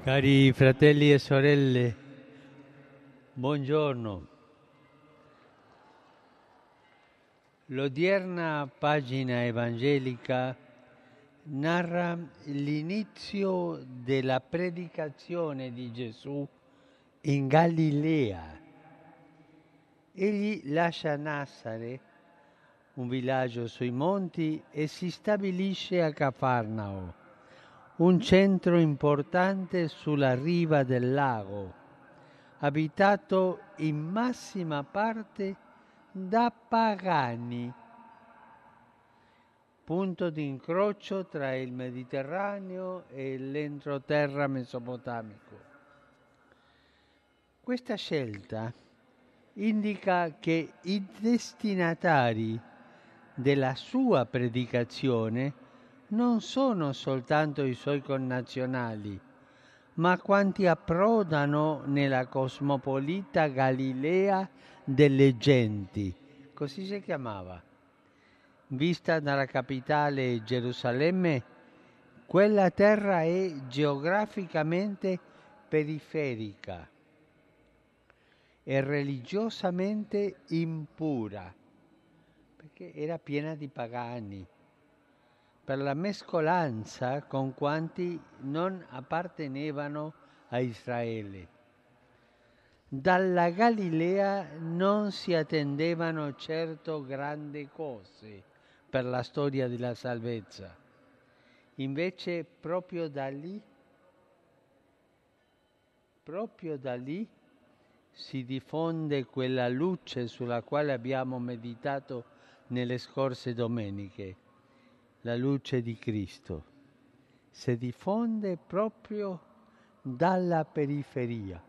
Cari fratelli e sorelle, buongiorno. L'odierna pagina evangelica narra l'inizio della predicazione di Gesù in Galilea. Egli lascia Nazaret, un villaggio sui monti, e si stabilisce a Cafarnao, un centro importante sulla riva del lago, abitato in massima parte da pagani, punto di incrocio tra il Mediterraneo e l'entroterra mesopotamico. Questa scelta indica che i destinatari della sua predicazione non sono soltanto i suoi connazionali, ma quanti approdano nella cosmopolita Galilea delle genti, così si chiamava. Vista dalla capitale Gerusalemme, quella terra è geograficamente periferica e religiosamente impura, perché era piena di pagani, per la mescolanza con quanti non appartenevano a Israele. Dalla Galilea non si attendevano certo grandi cose per la storia della salvezza. Invece proprio da lì si diffonde quella luce sulla quale abbiamo meditato nelle scorse domeniche, la luce di Cristo. Si diffonde proprio dalla periferia.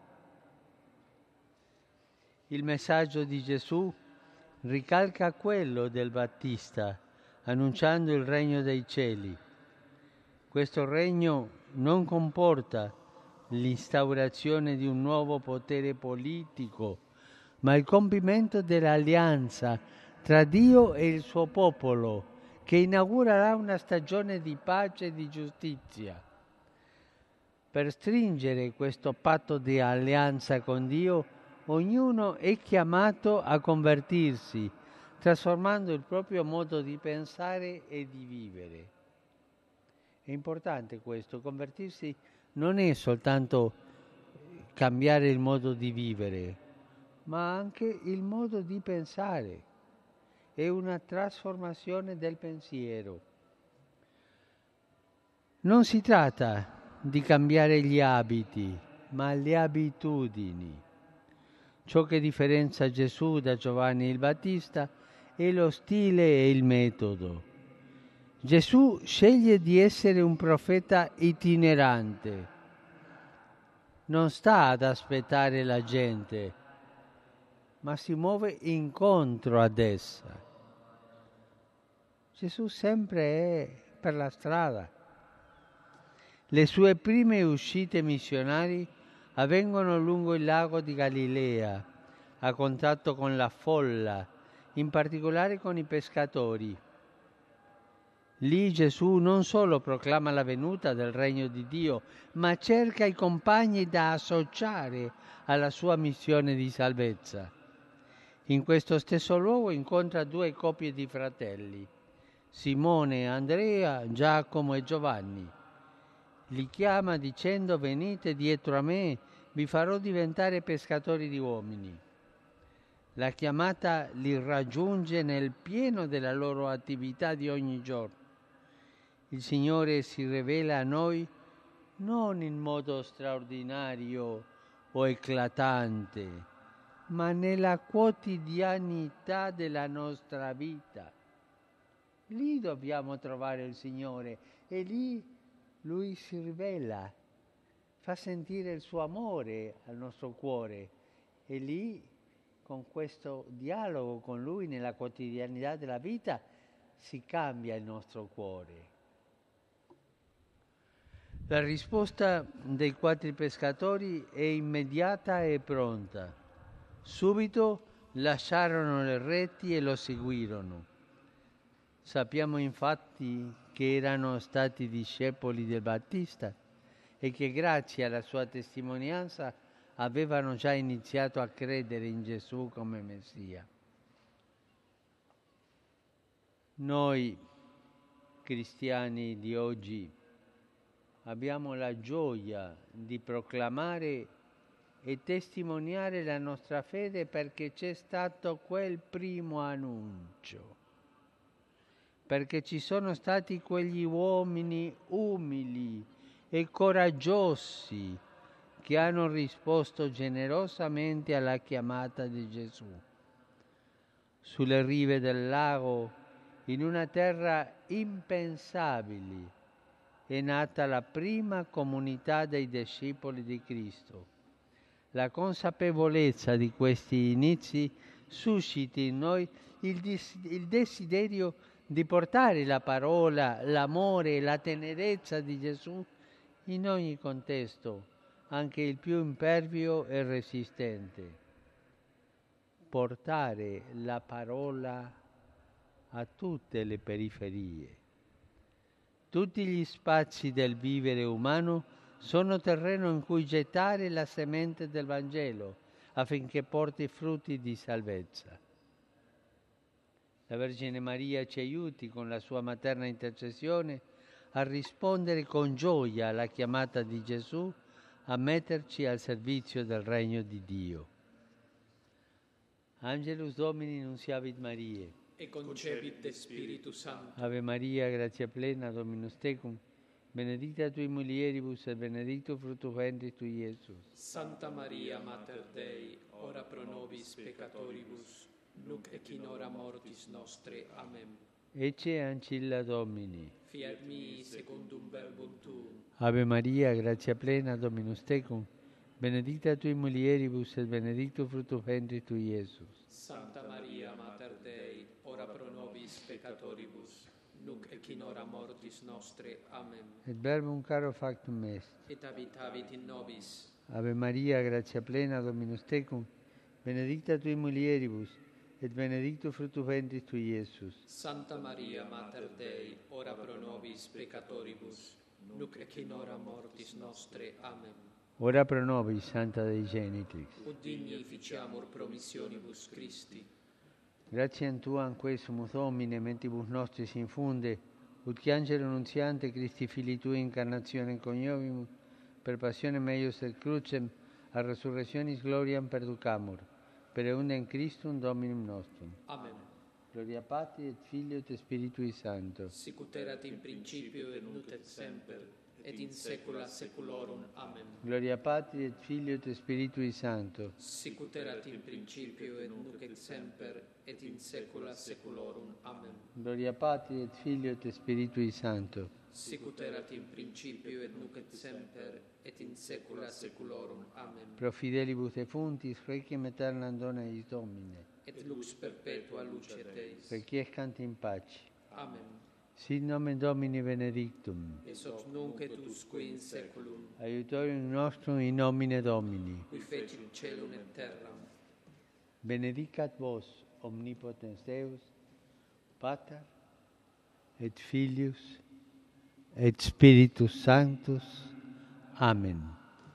Il messaggio di Gesù ricalca quello del Battista, annunciando il regno dei cieli. Questo regno non comporta l'instaurazione di un nuovo potere politico, ma il compimento dell'alleanza tra Dio e il suo popolo, che inaugurerà una stagione di pace e di giustizia. Per stringere questo patto di alleanza con Dio, ognuno è chiamato a convertirsi, trasformando il proprio modo di pensare e di vivere. È importante questo, convertirsi non è soltanto cambiare il modo di vivere, ma anche il modo di pensare. È una trasformazione del pensiero. Non si tratta di cambiare gli abiti, ma le abitudini. Ciò che differenzia Gesù da Giovanni il Battista è lo stile e il metodo. Gesù sceglie di essere un profeta itinerante. Non sta ad aspettare la gente, ma si muove incontro ad essa. Gesù sempre è per la strada. Le sue prime uscite missionari avvengono lungo il lago di Galilea, a contatto con la folla, in particolare con i pescatori. Lì Gesù non solo proclama la venuta del regno di Dio, ma cerca i compagni da associare alla sua missione di salvezza. In questo stesso luogo incontra due coppie di fratelli, Simone e Andrea, Giacomo e Giovanni. Li chiama dicendo: venite dietro a me, vi farò diventare pescatori di uomini. La chiamata li raggiunge nel pieno della loro attività di ogni giorno. Il Signore si rivela a noi non in modo straordinario o eclatante, ma nella quotidianità della nostra vita. Lì dobbiamo trovare il Signore e lì Lui si rivela, fa sentire il suo amore al nostro cuore e lì, con questo dialogo con Lui nella quotidianità della vita, si cambia il nostro cuore. La risposta dei 4 pescatori è immediata e pronta. Subito lasciarono le reti e lo seguirono. Sappiamo infatti che erano stati discepoli del Battista e che grazie alla sua testimonianza avevano già iniziato a credere in Gesù come Messia. Noi, cristiani di oggi, abbiamo la gioia di proclamare e testimoniare la nostra fede perché c'è stato quel primo annuncio, perché ci sono stati quegli uomini umili e coraggiosi che hanno risposto generosamente alla chiamata di Gesù. Sulle rive del lago, in una terra impensabile, è nata la prima comunità dei discepoli di Cristo. La consapevolezza di questi inizi suscita in noi il desiderio di portare la parola, l'amore e la tenerezza di Gesù in ogni contesto, anche il più impervio e resistente. Portare la parola a tutte le periferie. Tutti gli spazi del vivere umano sono terreno in cui gettare la semente del Vangelo affinché porti frutti di salvezza. La Vergine Maria ci aiuti con la sua materna intercessione a rispondere con gioia alla chiamata di Gesù a metterci al servizio del regno di Dio. Angelus Domini nunciavit Mariae. E concepit de Spiritus Sancto. Ave Maria, gratia plena, Dominus tecum, benedicta tui mulieribus et benedictus fructus ventris tui, Iesus. Santa Maria, Mater Dei, ora pro nobis peccatoribus, nunc et in hora mortis nostre. Amen. Ecce ancilla Domini. Fiat mi secundum verbum tuum. Ave Maria, gratia plena, Dominus tecum, benedicta tui mulieribus et benedictus fructus ventris tui, Iesus. Santa Maria, Mater Dei, ora pro nobis peccatoribus, nunc et in hora mortis nostre. Amen. Et verbum caro factum est. Et habitavit in nobis. Ave Maria, gratia plena, Dominus tecum, benedicta tui mulieribus, et benedictus fructus ventris tui, Iesus. Santa Maria, Mater Dei, ora pro nobis peccatoribus, nunc et in hora mortis nostre. Amen. Ora pro nobis, Santa Dei Genitrix. Ut digni ficiamur promissionibus Christi. Gratiam Tuam quae sumus Domine, mentibus nostris infunde, ut che angelo nunziante Christi Filii Tui incarnationem coniovimus, per passionem eius et crucem, a resurrectionis gloriam perducamur, per eundem Christum Dominum nostrum. Amen. Gloria Patri et Filio et Spiritui Sancto. Sicut erat in principio et nunc et semper, et in saecula saeculorum. Amen. Gloria Patri et Filio et Spiritui Sancto. Sicut erat in principio et nunc et semper, et in saecula saeculorum. Amen. Gloria Patri et Filio et Spiritui Sancto. Sicut erat in principio et nunc et semper, et in saecula saeculorum. Amen. Pro fidelibus defunctis, requiem aeternam dona eis Domine. Et lux perpetua lucet eis. Requiescant in pace. Amen. Sit nomen Domini benedictum. Ex hoc nunc et usque in saeculum. Aiutorium nostrum in nomine Domini. Qui fecit caelum et terram. Benedicat vos omnipotens Deus, Pater et Filius et Spiritus Sanctus. Amen.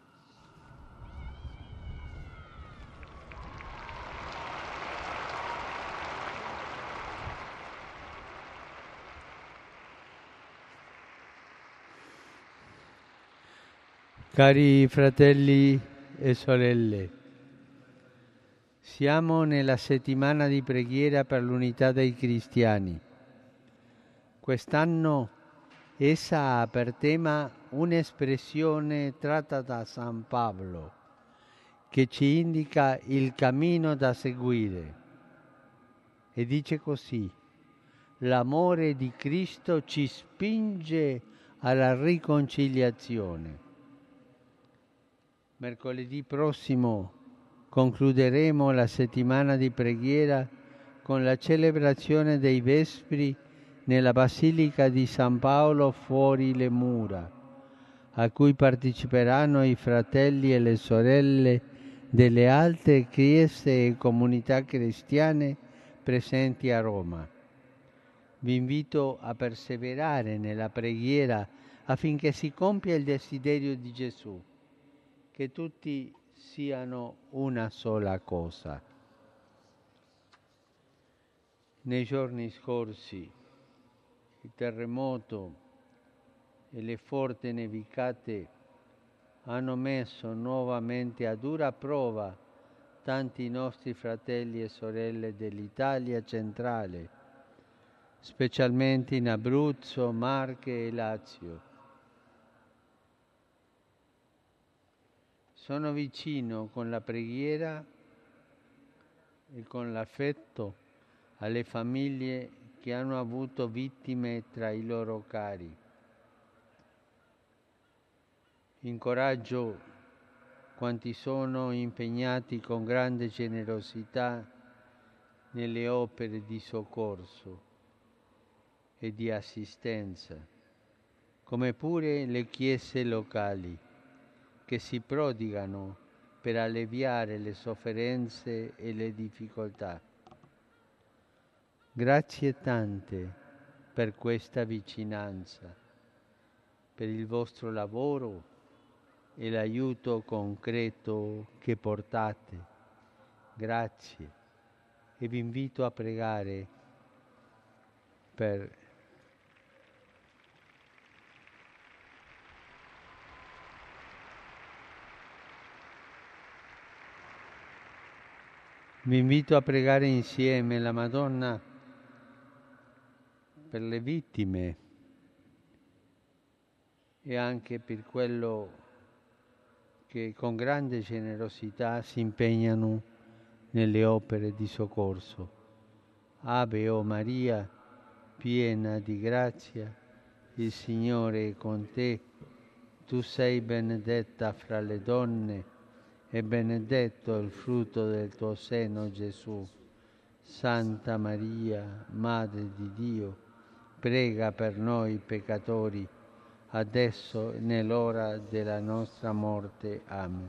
Cari fratelli e sorelle, siamo nella settimana di preghiera per l'unità dei cristiani. Quest'anno essa ha per tema un'espressione tratta da San Paolo, che ci indica il cammino da seguire. E dice così: l'amore di Cristo ci spinge alla riconciliazione. Mercoledì prossimo concluderemo la settimana di preghiera con la celebrazione dei Vespri nella Basilica di San Paolo fuori le mura, a cui parteciperanno i fratelli e le sorelle delle altre chiese e comunità cristiane presenti a Roma. Vi invito a perseverare nella preghiera affinché si compia il desiderio di Gesù, che tutti siano una sola cosa. Nei giorni scorsi il terremoto e le forti nevicate hanno messo nuovamente a dura prova tanti nostri fratelli e sorelle dell'Italia centrale, specialmente in Abruzzo, Marche e Lazio. Sono vicino con la preghiera e con l'affetto alle famiglie che hanno avuto vittime tra i loro cari. Incoraggio quanti sono impegnati con grande generosità nelle opere di soccorso e di assistenza, come pure le chiese locali che si prodigano per alleviare le sofferenze e le difficoltà. Grazie tante per questa vicinanza, per il vostro lavoro e l'aiuto concreto che portate. Grazie e vi invito a pregare per Vi invito a pregare insieme la Madonna per le vittime e anche per quello che con grande generosità si impegnano nelle opere di soccorso. Ave o Maria, piena di grazia, il Signore è con te. Tu sei benedetta fra le donne e benedetto il frutto del tuo seno, Gesù. Santa Maria, Madre di Dio, prega per noi peccatori, adesso e nell'ora della nostra morte. Amen.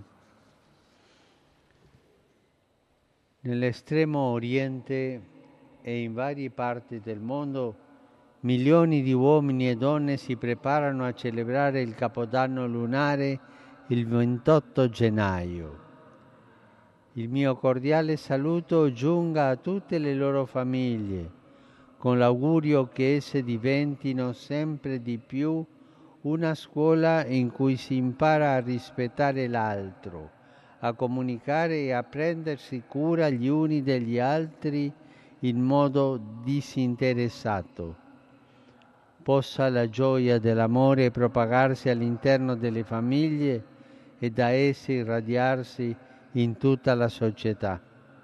Nell'estremo oriente e in varie parti del mondo milioni di uomini e donne si preparano a celebrare il Capodanno lunare il 28 gennaio. Il mio cordiale saluto giunga a tutte le loro famiglie, con l'augurio che esse diventino sempre di più una scuola in cui si impara a rispettare l'altro, a comunicare e a prendersi cura gli uni degli altri in modo disinteressato. Possa la gioia dell'amore propagarsi all'interno delle famiglie e da esse irradiarsi in tutta la società.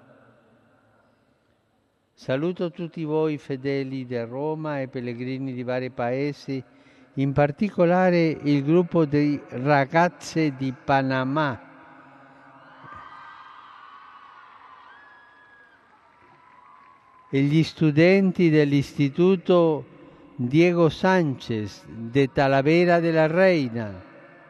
Saluto tutti voi fedeli di Roma e pellegrini di vari paesi, in particolare il gruppo di ragazze di Panama e gli studenti dell'Istituto Diego Sánchez de Talavera de la Reina.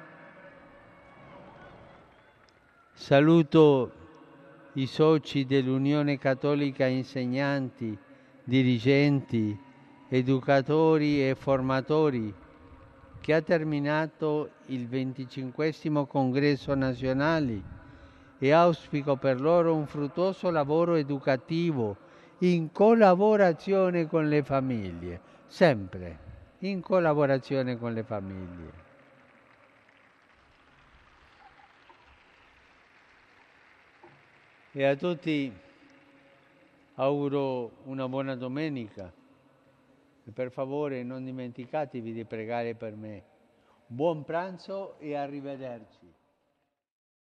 Saluto i soci dell'Unione Cattolica Insegnanti, dirigenti, educatori e formatori, che ha terminato il 25° Congresso Nazionale e auspico per loro un fruttuoso lavoro educativo in collaborazione con le famiglie, sempre in collaborazione con le famiglie. E a tutti auguro una buona domenica e per favore non dimenticatevi di pregare per me. Buon pranzo e arrivederci.